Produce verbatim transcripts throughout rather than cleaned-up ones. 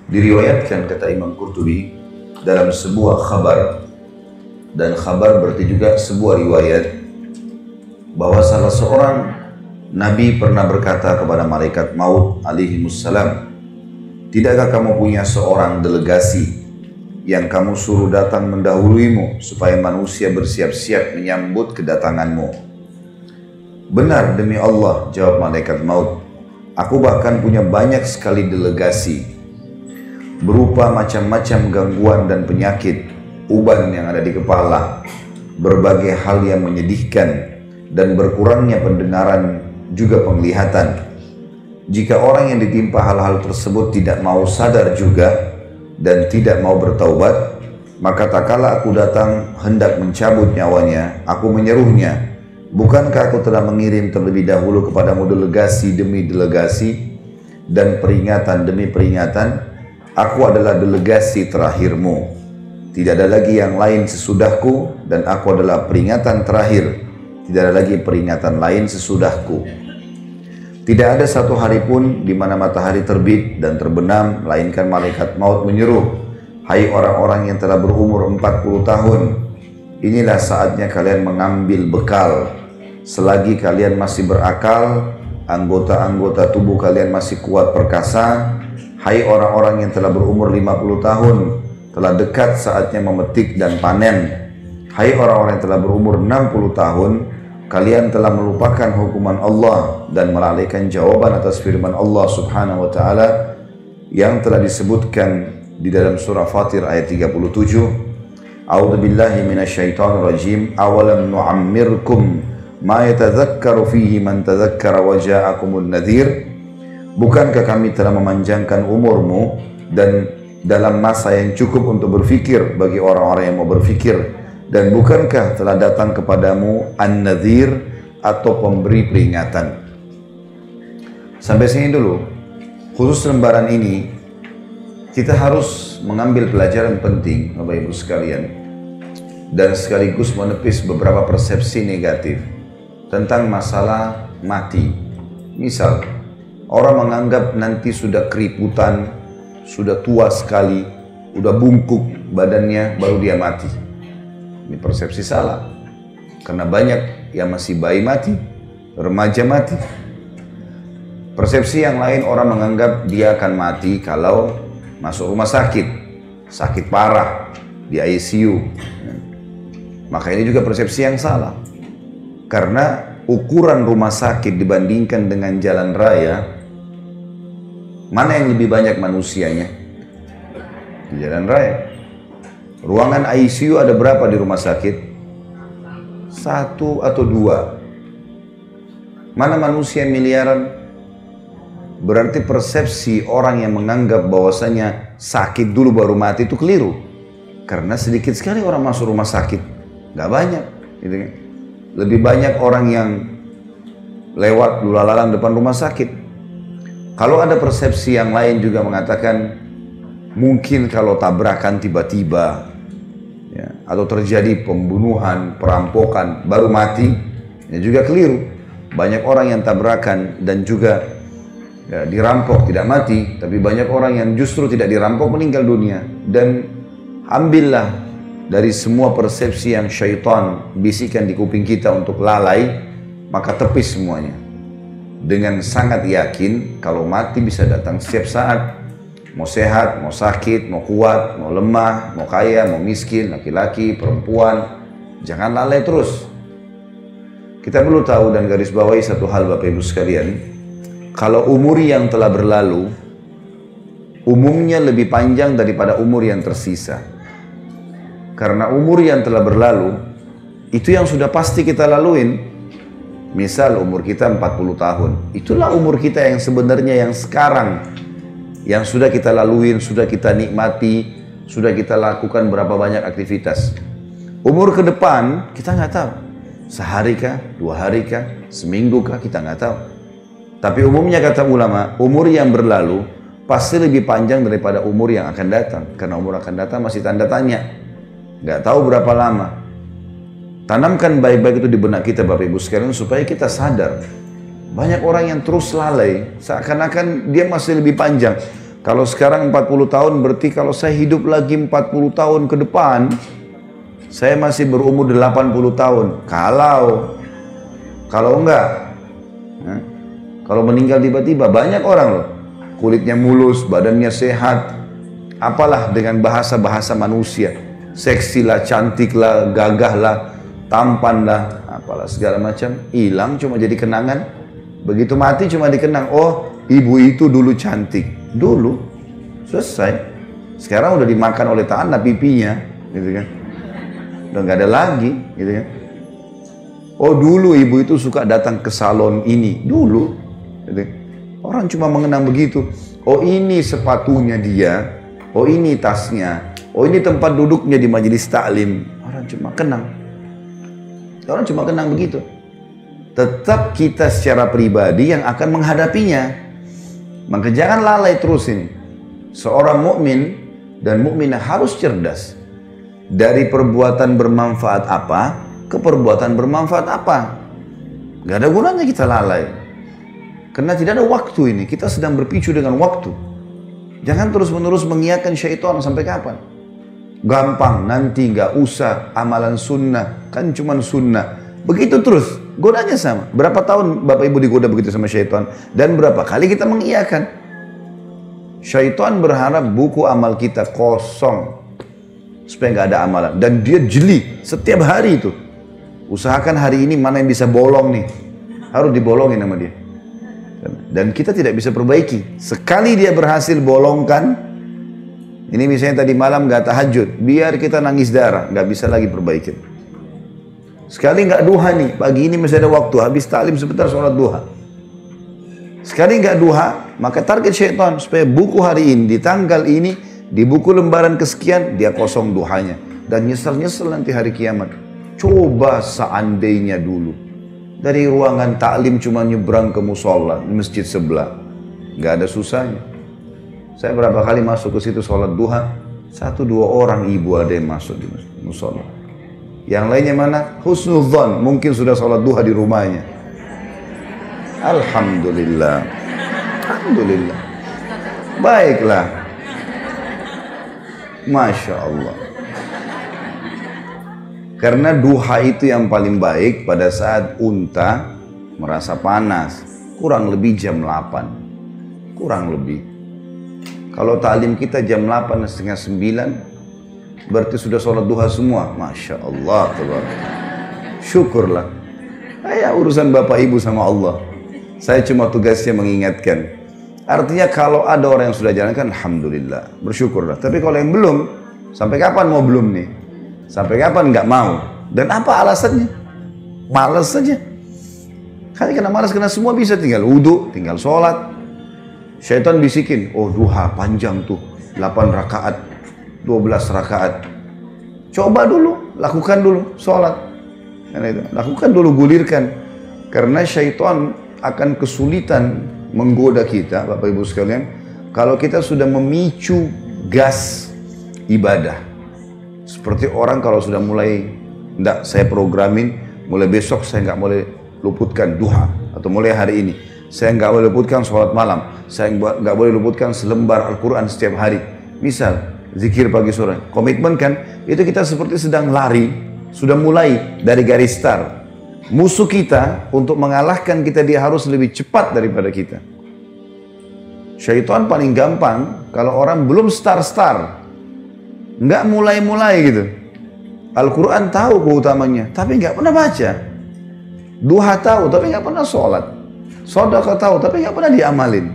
Diriwayatkan, kata Imam Qurtubi, dalam sebuah khabar, dan khabar berarti juga sebuah riwayat, bahwa salah seorang Nabi pernah berkata kepada malaikat maut alaihimussalam, tidakkah kamu punya seorang delegasi yang kamu suruh datang mendahuluimu supaya manusia bersiap-siap menyambut kedatanganmu? Benar demi Allah, jawab malaikat maut, aku bahkan punya banyak sekali delegasi berupa macam-macam gangguan dan penyakit, uban yang ada di kepala, berbagai hal yang menyedihkan, dan berkurangnya pendengaran juga penglihatan. Jika orang yang ditimpa hal-hal tersebut tidak mau sadar juga dan tidak mau bertaubat, maka tak kala aku datang hendak mencabut nyawanya, aku menyeruhnya, bukankah aku telah mengirim terlebih dahulu kepadamu delegasi demi delegasi dan peringatan demi peringatan? Aku adalah delegasi terakhirmu. Tidak ada lagi yang lain sesudahku, dan aku adalah peringatan terakhir. Tidak ada lagi peringatan lain sesudahku. Tidak ada satu hari pun di mana matahari terbit dan terbenam, melainkan malaikat maut menyeru, hai orang-orang yang telah berumur empat puluh tahun, inilah saatnya kalian mengambil bekal. Selagi kalian masih berakal, anggota-anggota tubuh kalian masih kuat perkasa, hai orang-orang yang telah berumur lima puluh tahun, telah dekat saatnya memetik dan panen. Hai orang-orang yang telah berumur enam puluh tahun, kalian telah melupakan hukuman Allah dan melalaikan jawaban atas firman Allah subhanahu wa ta'ala yang telah disebutkan di dalam surah Fatir ayat tiga puluh tujuh. A'udzu billahi minasyaitonir rajim. Awalam nu'ammirkum ma yatadzakkaru fihi man tadzakkara wa ja'akumun nadhir. Bukankah kami telah memanjangkan umurmu dan dalam masa yang cukup untuk berfikir bagi orang-orang yang mau berfikir, dan bukankah telah datang kepadamu an-nadhir atau pemberi peringatan? Sampai sini dulu. Khusus lembaran ini kita harus mengambil pelajaran penting, Bapak Ibu sekalian, dan sekaligus menepis beberapa persepsi negatif tentang masalah mati. Misal, orang menganggap nanti sudah keriputan, sudah tua sekali, sudah bungkuk badannya, baru dia mati. Ini persepsi salah. Karena banyak yang masih bayi mati, remaja mati. Persepsi yang lain, orang menganggap dia akan mati kalau masuk rumah sakit, sakit parah, di I C U. Maka ini juga persepsi yang salah. Karena ukuran rumah sakit dibandingkan dengan jalan raya, mana yang lebih banyak manusianya? Di jalan raya. Ruangan I C U ada berapa di rumah sakit? Satu atau dua. Mana manusia miliaran? Berarti persepsi orang yang menganggap bahwasanya sakit dulu baru mati itu keliru. Karena sedikit sekali orang masuk rumah sakit. Gak banyak. Gitu kan? Lebih banyak orang yang lewat lulalang depan rumah sakit. Kalau ada persepsi yang lain juga mengatakan mungkin kalau tabrakan tiba-tiba ya, atau terjadi pembunuhan, perampokan baru mati, ya juga keliru. Banyak orang yang tabrakan dan juga ya, dirampok tidak mati, tapi banyak orang yang justru tidak dirampok meninggal dunia. Dan ambillah dari semua persepsi yang syaitan bisikan di kuping kita untuk lalai, maka tepis semuanya. Dengan sangat yakin kalau mati bisa datang setiap saat. Mau sehat, mau sakit, mau kuat, mau lemah, mau kaya, mau miskin, laki-laki, perempuan. Jangan lalai terus. Kita perlu tahu dan garis bawahi satu hal Bapak Ibu sekalian. Kalau umur yang telah berlalu, umumnya lebih panjang daripada umur yang tersisa. Karena umur yang telah berlalu, itu yang sudah pasti kita laluin. Misal umur kita empat puluh tahun. Itulah umur kita yang sebenarnya yang sekarang. Yang sudah kita laluin, sudah kita nikmati, sudah kita lakukan berapa banyak aktivitas. Umur ke depan kita nggak tahu. Sehari kah, dua hari kah, seminggu kah, kita nggak tahu. Tapi umumnya kata ulama, umur yang berlalu pasti lebih panjang daripada umur yang akan datang. Karena umur akan datang masih tanda tanya. Nggak tahu berapa lama. Tanamkan baik-baik itu di benak kita Bapak Ibu sekalian supaya kita sadar. Banyak orang yang terus lalai, seakan-akan dia masih lebih panjang. Kalau sekarang empat puluh tahun berarti kalau saya hidup lagi empat puluh tahun ke depan, saya masih berumur delapan puluh tahun. Kalau, kalau enggak, nah, kalau meninggal tiba-tiba, banyak orang loh, kulitnya mulus, badannya sehat, apalah dengan bahasa-bahasa manusia, seksi lah, cantik lah, gagah lah, tampan lah, apalah segala macam, hilang cuma jadi kenangan. Begitu mati cuma dikenang, oh ibu itu dulu cantik, dulu, selesai. Sekarang udah dimakan oleh tanah pipinya, gitu kan. Udah nggak ada lagi, gitu kan. Oh dulu ibu itu suka datang ke salon ini, dulu. Gitu. Orang cuma mengenang begitu. Oh ini sepatunya dia, oh ini tasnya, oh ini tempat duduknya di majelis taklim. Orang cuma kenang. Orang cuma kenang begitu. Tetap kita secara pribadi yang akan menghadapinya. Maka jangan lalai terus ini. Seorang mukmin dan mukminah harus cerdas. Dari perbuatan bermanfaat apa ke perbuatan bermanfaat apa. Gak ada gunanya kita lalai. Karena tidak ada waktu ini. Kita sedang berpicu dengan waktu. Jangan terus-menerus mengiyakan syaitan sampai kapan. Gampang, nanti gak usah amalan sunnah. Kan cuman sunnah. Begitu terus. Godanya sama. Berapa tahun Bapak Ibu digoda begitu sama syaitan. Dan berapa kali kita mengiyakan. Syaitan berharap buku amal kita kosong. Supaya nggak ada amalan. Dan dia jeli setiap hari itu. Usahakan hari ini mana yang bisa bolong nih. Harus dibolongin sama dia. Dan kita tidak bisa perbaiki. Sekali dia berhasil bolongkan. Ini misalnya tadi malam nggak tahajud. Biar kita nangis darah. Nggak bisa lagi perbaikin. Sekali nggak duha nih. Pagi ini masih ada waktu. Habis taklim sebentar sholat duha. Sekali nggak duha. Maka target syaitan. Supaya buku hari ini. Di tanggal ini. Di buku lembaran kesekian, dia kosong duhanya. Dan nyesel-nyesel nanti hari kiamat. Coba seandainya dulu. Dari ruangan taklim cuma nyebrang ke musola, masjid sebelah. Gak ada susahnya. Saya berapa kali masuk ke situ sholat duha. Satu dua orang ibu ada yang masuk di musola. Yang lainnya mana? Husnudzon. Mungkin sudah sholat duha di rumahnya. Alhamdulillah. Alhamdulillah. Baiklah. Masya Allah. Karena duha itu yang paling baik pada saat unta merasa panas. Kurang lebih jam delapan. Kurang lebih. Kalau taklim kita jam delapan setengah sembilan, berarti sudah sholat duha semua. Masya Allah. Syukurlah. Ya urusan Bapak Ibu sama Allah. Saya cuma tugasnya mengingatkan. Artinya kalau ada orang yang sudah jalankan, alhamdulillah, bersyukurlah. Tapi kalau yang belum, sampai kapan mau belum nih? Sampai kapan nggak mau? Dan apa alasannya? Malas saja. Kan karena malas, karena semua bisa, tinggal wudhu, tinggal sholat. Syaitan bisikin, oh duha panjang tuh, delapan rakaat, dua belas rakaat. Coba dulu, lakukan dulu sholat. Karena itu, lakukan dulu, gulirkan. Karena syaitan akan kesulitan menggoda kita, Bapak Ibu sekalian, kalau kita sudah memicu gas ibadah. Seperti orang kalau sudah mulai, enggak, saya programin, mulai besok saya nggak boleh luputkan duha, atau mulai hari ini saya nggak boleh luputkan sholat malam, saya nggak boleh luputkan selembar Al-Quran setiap hari. Misal zikir pagi sore, komitmen kan? Itu kita seperti sedang lari, sudah mulai dari garis start. Musuh kita untuk mengalahkan kita, dia harus lebih cepat daripada kita. Syaitan paling gampang kalau orang belum start-start, nggak mulai-mulai gitu. Al-Quran tahu keutamanya, tapi nggak pernah baca. Duha tahu, tapi nggak pernah sholat. Sedekah tahu, tapi nggak pernah diamalin.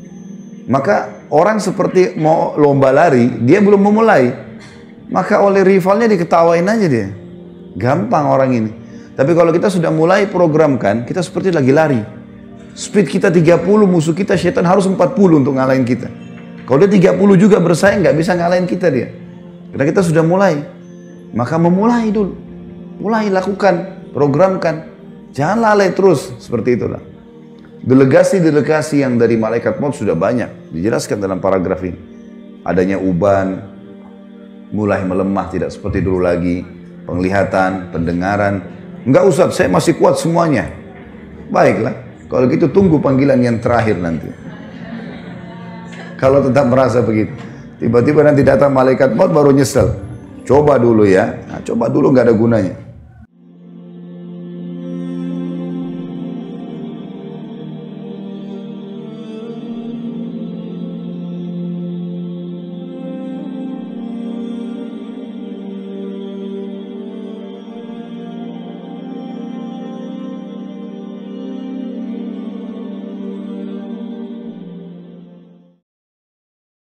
Maka orang seperti mau lomba lari, dia belum memulai. Maka oleh rivalnya diketawain aja dia. Gampang orang ini. Tapi kalau kita sudah mulai programkan, kita seperti lagi lari. Speed kita tiga puluh, musuh kita syaitan harus empat puluh untuk ngalahin kita. Kalau dia tiga puluh juga bersaing, nggak bisa ngalahin kita dia. Karena kita sudah mulai. Maka memulai dulu. Mulai, lakukan, programkan. Jangan lalai terus, seperti itulah. Delegasi-delegasi yang dari malaikat maut sudah banyak. Dijelaskan dalam paragraf ini. Adanya uban, mulai melemah, tidak seperti dulu lagi. Penglihatan, pendengaran. Enggak Ustaz, saya masih kuat semuanya. Baiklah, kalau gitu tunggu panggilan yang terakhir nanti. Kalau tetap merasa begitu. Tiba-tiba nanti datang malaikat maut baru nyesel. Coba dulu ya. Nah, coba dulu nggak ada gunanya.